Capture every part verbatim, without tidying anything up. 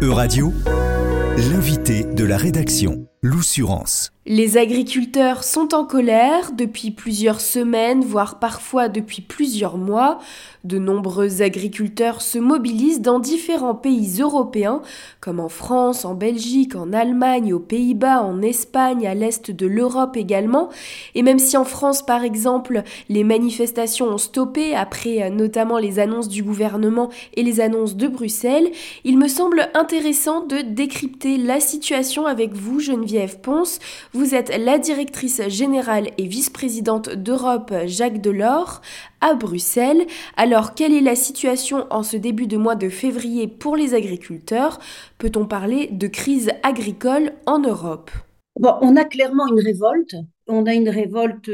Euradio, l'invité de la rédaction, l'Oussurance. Les agriculteurs sont en colère depuis plusieurs semaines, voire parfois depuis plusieurs mois. De nombreux agriculteurs se mobilisent dans différents pays européens, comme en France, en Belgique, en Allemagne, aux Pays-Bas, en Espagne, à l'est de l'Europe également. Et même si en France, par exemple, les manifestations ont stoppé après notamment les annonces du gouvernement et les annonces de Bruxelles, il me semble intéressant de décrypter la situation avec vous, Geneviève Ponce. Vous êtes la directrice générale et vice-présidente d'Europe Jacques Delors à Bruxelles. Alors, quelle est la situation en ce début de mois de février pour les agriculteurs? Peut-on parler de crise agricole en Europe? Bon, on a clairement une révolte. On a une révolte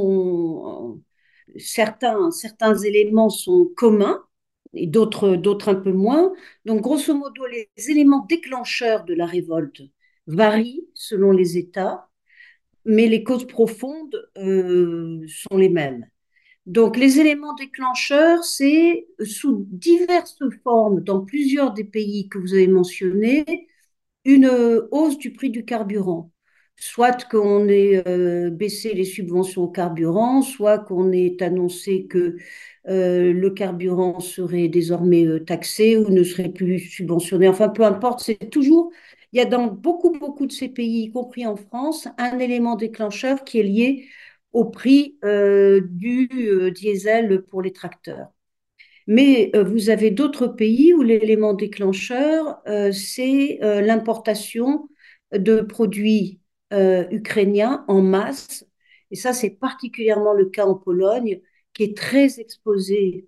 dont euh, certains, certains éléments sont communs et d'autres, d'autres un peu moins. Donc, grosso modo, les éléments déclencheurs de la révolte varient selon les États, mais les causes profondes euh, sont les mêmes. Donc, les éléments déclencheurs, c'est sous diverses formes dans plusieurs des pays que vous avez mentionnés, une hausse du prix du carburant. Soit qu'on ait euh, baissé les subventions au carburant, soit qu'on ait annoncé que euh, le carburant serait désormais euh, taxé ou ne serait plus subventionné. Enfin, peu importe, c'est toujours, il y a dans beaucoup, beaucoup de ces pays, y compris en France, un élément déclencheur qui est lié au prix euh, du euh, diesel pour les tracteurs. Mais euh, vous avez d'autres pays où l'élément déclencheur, euh, c'est euh, l'importation de produits euh, ukrainiens en masse. Et ça, c'est particulièrement le cas en Pologne, qui est très exposée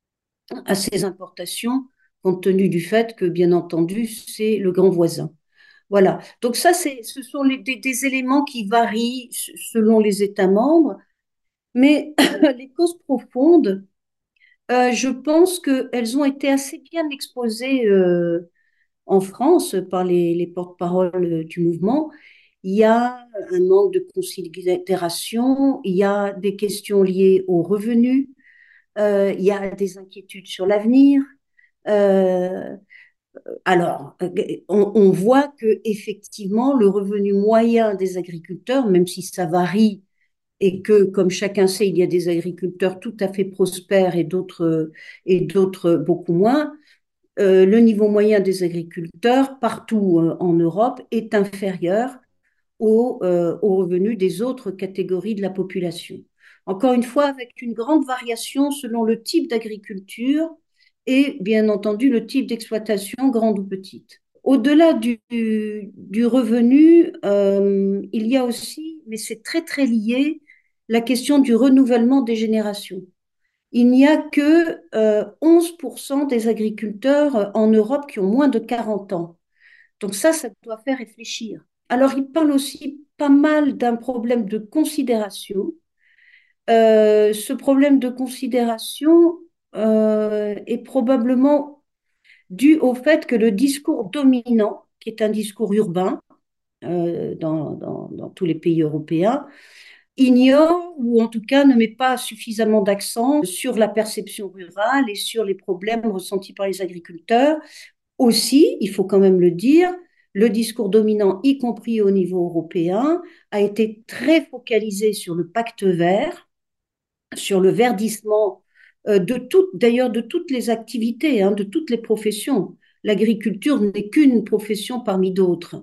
à ces importations, compte tenu du fait que, bien entendu, c'est le grand voisin. Voilà. Donc ça, c'est, ce sont les- des, des éléments qui varient selon les États membres, mais les causes profondes, euh, je pense qu'elles ont été assez bien exposées euh, en France par les, les porte-paroles du mouvement. Il y a un manque de considération, il y a des questions liées aux revenus, euh, il y a des inquiétudes sur l'avenir. Euh, alors, on, on voit que effectivement, le revenu moyen des agriculteurs, même si ça varie et que, comme chacun sait, il y a des agriculteurs tout à fait prospères et d'autres et d'autres beaucoup moins. Euh, le niveau moyen des agriculteurs partout euh, en Europe est inférieur au, euh, aux revenus des autres catégories de la population. Encore une fois, avec une grande variation selon le type d'agriculture et bien entendu le type d'exploitation, grande ou petite. Au-delà du, du revenu, euh, il y a aussi, mais c'est très très lié, la question du renouvellement des générations. Il n'y a que euh, onze pour cent des agriculteurs en Europe qui ont moins de quarante ans. Donc ça, ça doit faire réfléchir. Alors, il parle aussi pas mal d'un problème de considération. Euh, ce problème de considération euh, est probablement dû au fait que le discours dominant, qui est un discours urbain euh, dans, dans, dans tous les pays européens, ignore ou en tout cas ne met pas suffisamment d'accent sur la perception rurale et sur les problèmes ressentis par les agriculteurs. Aussi, il faut quand même le dire, le discours dominant, y compris au niveau européen, a été très focalisé sur le pacte vert, sur le verdissement euh, de toutes, d'ailleurs de toutes les activités, hein, de toutes les professions. L'agriculture n'est qu'une profession parmi d'autres.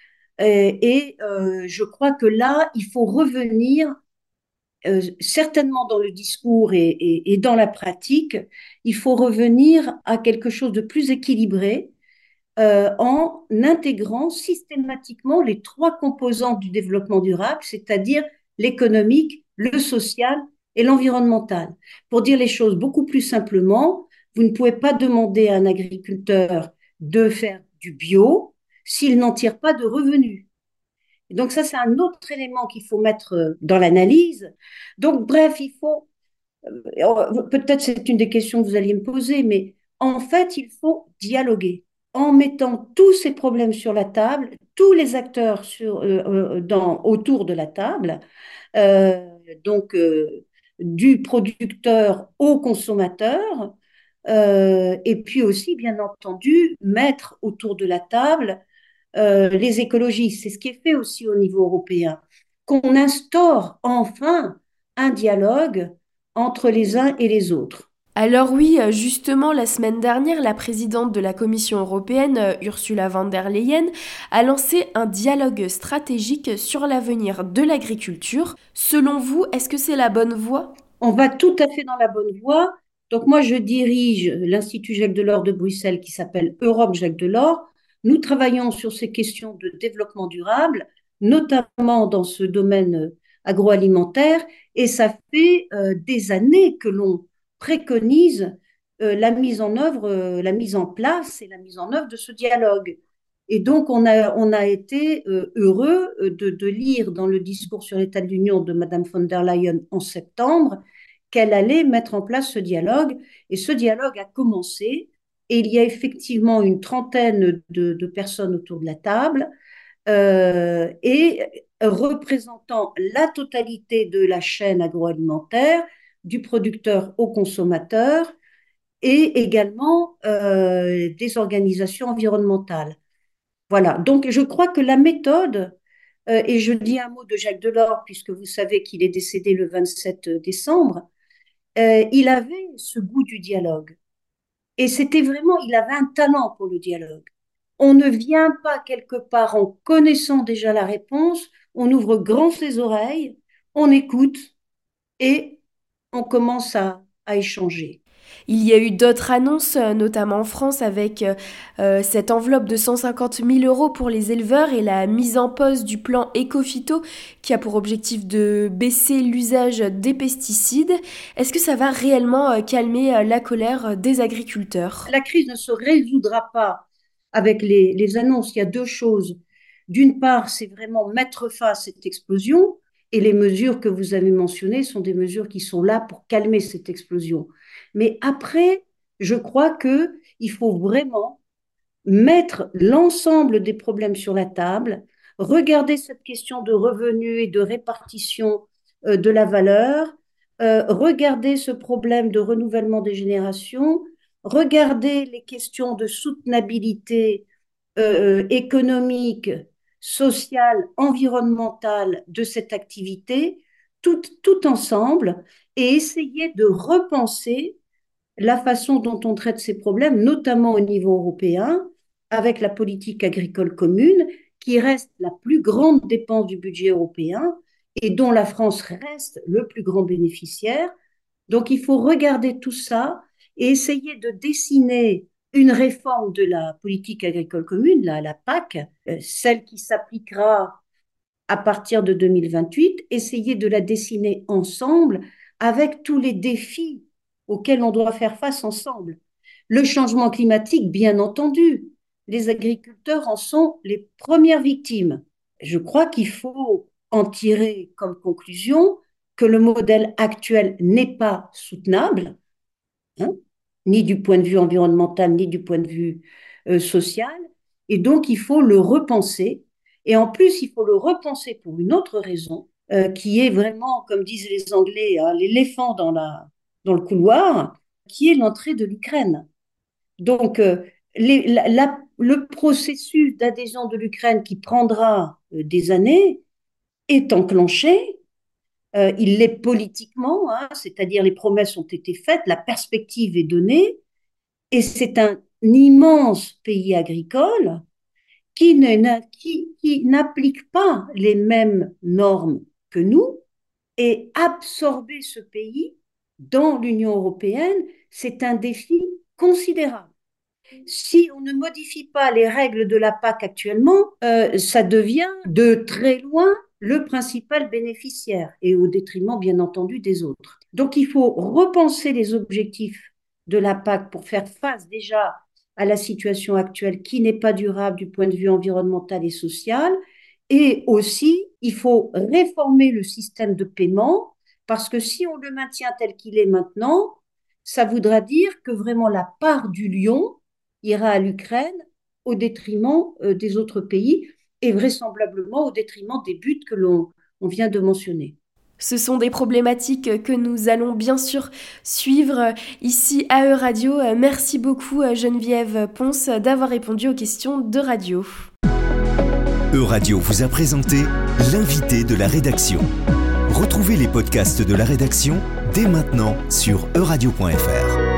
Et, et euh, je crois que là, il faut revenir, euh, certainement dans le discours et, et, et dans la pratique, il faut revenir à quelque chose de plus équilibré, euh, en intégrant systématiquement les trois composantes du développement durable, c'est-à-dire l'économique, le social et l'environnemental. Pour dire les choses beaucoup plus simplement, vous ne pouvez pas demander à un agriculteur de faire du bio s'il n'en tire pas de revenus. Et donc ça, c'est un autre élément qu'il faut mettre dans l'analyse. Donc bref, il faut, euh, peut-être c'est une des questions que vous alliez me poser, mais en fait, il faut dialoguer en mettant tous ces problèmes sur la table, tous les acteurs sur, euh, euh, dans, autour de la table, euh, donc euh, du producteur au consommateur, Euh, et puis aussi, bien entendu, mettre autour de la table euh, les écologistes. C'est ce qui est fait aussi au niveau européen, qu'on instaure enfin un dialogue entre les uns et les autres. Alors oui, euh, justement, la semaine dernière, la présidente de la Commission européenne, euh, Ursula von der Leyen, a lancé un dialogue stratégique sur l'avenir de l'agriculture. Selon vous, est-ce que c'est la bonne voie? On va tout à fait dans la bonne voie. Donc moi, je dirige l'Institut Jacques Delors de Bruxelles qui s'appelle Europe Jacques Delors. Nous travaillons sur ces questions de développement durable, notamment dans ce domaine agroalimentaire, et ça fait euh, des années que l'on préconise euh, la mise en œuvre, euh, la mise en place et la mise en œuvre de ce dialogue. Et donc, on a, on a été euh, heureux de, de lire dans le discours sur l'état de l'Union de Madame von der Leyen en septembre qu'elle allait mettre en place ce dialogue. Et ce dialogue a commencé. Et il y a effectivement une trentaine de, de personnes autour de la table euh, et représentant la totalité de la chaîne agroalimentaire, du producteur au consommateur et également euh, des organisations environnementales. Voilà, donc je crois que la méthode, euh, et je dis un mot de Jacques Delors, puisque vous savez qu'il est décédé le vingt-sept décembre, euh, il avait ce goût du dialogue. Et c'était vraiment, il avait un talent pour le dialogue. On ne vient pas quelque part en connaissant déjà la réponse, on ouvre grand ses oreilles, on écoute et on commence à, à échanger. Il y a eu d'autres annonces, euh, notamment en France, avec euh, euh, cette enveloppe de cent cinquante mille euros pour les éleveurs et la mise en pause du plan Ecophyto qui a pour objectif de baisser l'usage des pesticides. Est-ce que ça va réellement euh, calmer euh, la colère euh, des agriculteurs? La crise ne se résoudra pas avec les, les annonces. Il y a deux choses. D'une part, c'est vraiment mettre fin à cette explosion et les mesures que vous avez mentionnées sont des mesures qui sont là pour calmer cette explosion. Mais après, je crois que il faut vraiment mettre l'ensemble des problèmes sur la table, regarder cette question de revenus et de répartition euh, de la valeur, euh, regarder ce problème de renouvellement des générations, regarder les questions de soutenabilité euh, économique, sociale, environnementale de cette activité, tout, tout ensemble, et essayer de repenser la façon dont on traite ces problèmes, notamment au niveau européen, avec la politique agricole commune, qui reste la plus grande dépense du budget européen et dont la France reste le plus grand bénéficiaire. Donc il faut regarder tout ça et essayer de dessiner une réforme de la politique agricole commune, la, la P A C, euh, celle qui s'appliquera à partir de deux mille vingt-huit, essayer de la dessiner ensemble avec tous les défis auxquels on doit faire face ensemble. Le changement climatique, bien entendu, les agriculteurs en sont les premières victimes. Je crois qu'il faut en tirer comme conclusion que le modèle actuel n'est pas soutenable, hein, ni du point de vue environnemental, ni du point de vue euh, social. Et donc, il faut le repenser. Et en plus, il faut le repenser pour une autre raison, euh, qui est vraiment, comme disent les Anglais, hein, l'éléphant dans, la, dans le couloir, qui est l'entrée de l'Ukraine. Donc, euh, les, la, la, le processus d'adhésion de l'Ukraine qui prendra euh, des années est enclenché. Euh, il l'est politiquement, hein, c'est-à-dire les promesses ont été faites, la perspective est donnée, et c'est un immense pays agricole qui, ne, qui, qui n'applique pas les mêmes normes que nous, et absorber ce pays dans l'Union européenne, c'est un défi considérable. Si on ne modifie pas les règles de la P A C actuellement, euh, ça devient de très loin le principal bénéficiaire et au détriment, bien entendu, des autres. Donc, il faut repenser les objectifs de la P A C pour faire face déjà à la situation actuelle qui n'est pas durable du point de vue environnemental et social. Et aussi, il faut réformer le système de paiement parce que si on le maintient tel qu'il est maintenant, ça voudra dire que vraiment la part du lion ira à l'Ukraine au détriment euh, des autres pays et vraisemblablement au détriment des buts que l'on on vient de mentionner. Ce sont des problématiques que nous allons bien sûr suivre ici à Euradio. Merci beaucoup Geneviève Ponce d'avoir répondu aux questions de radio. Euradio vous a présenté l'invité de la rédaction. Retrouvez les podcasts de la rédaction dès maintenant sur euradio point f r.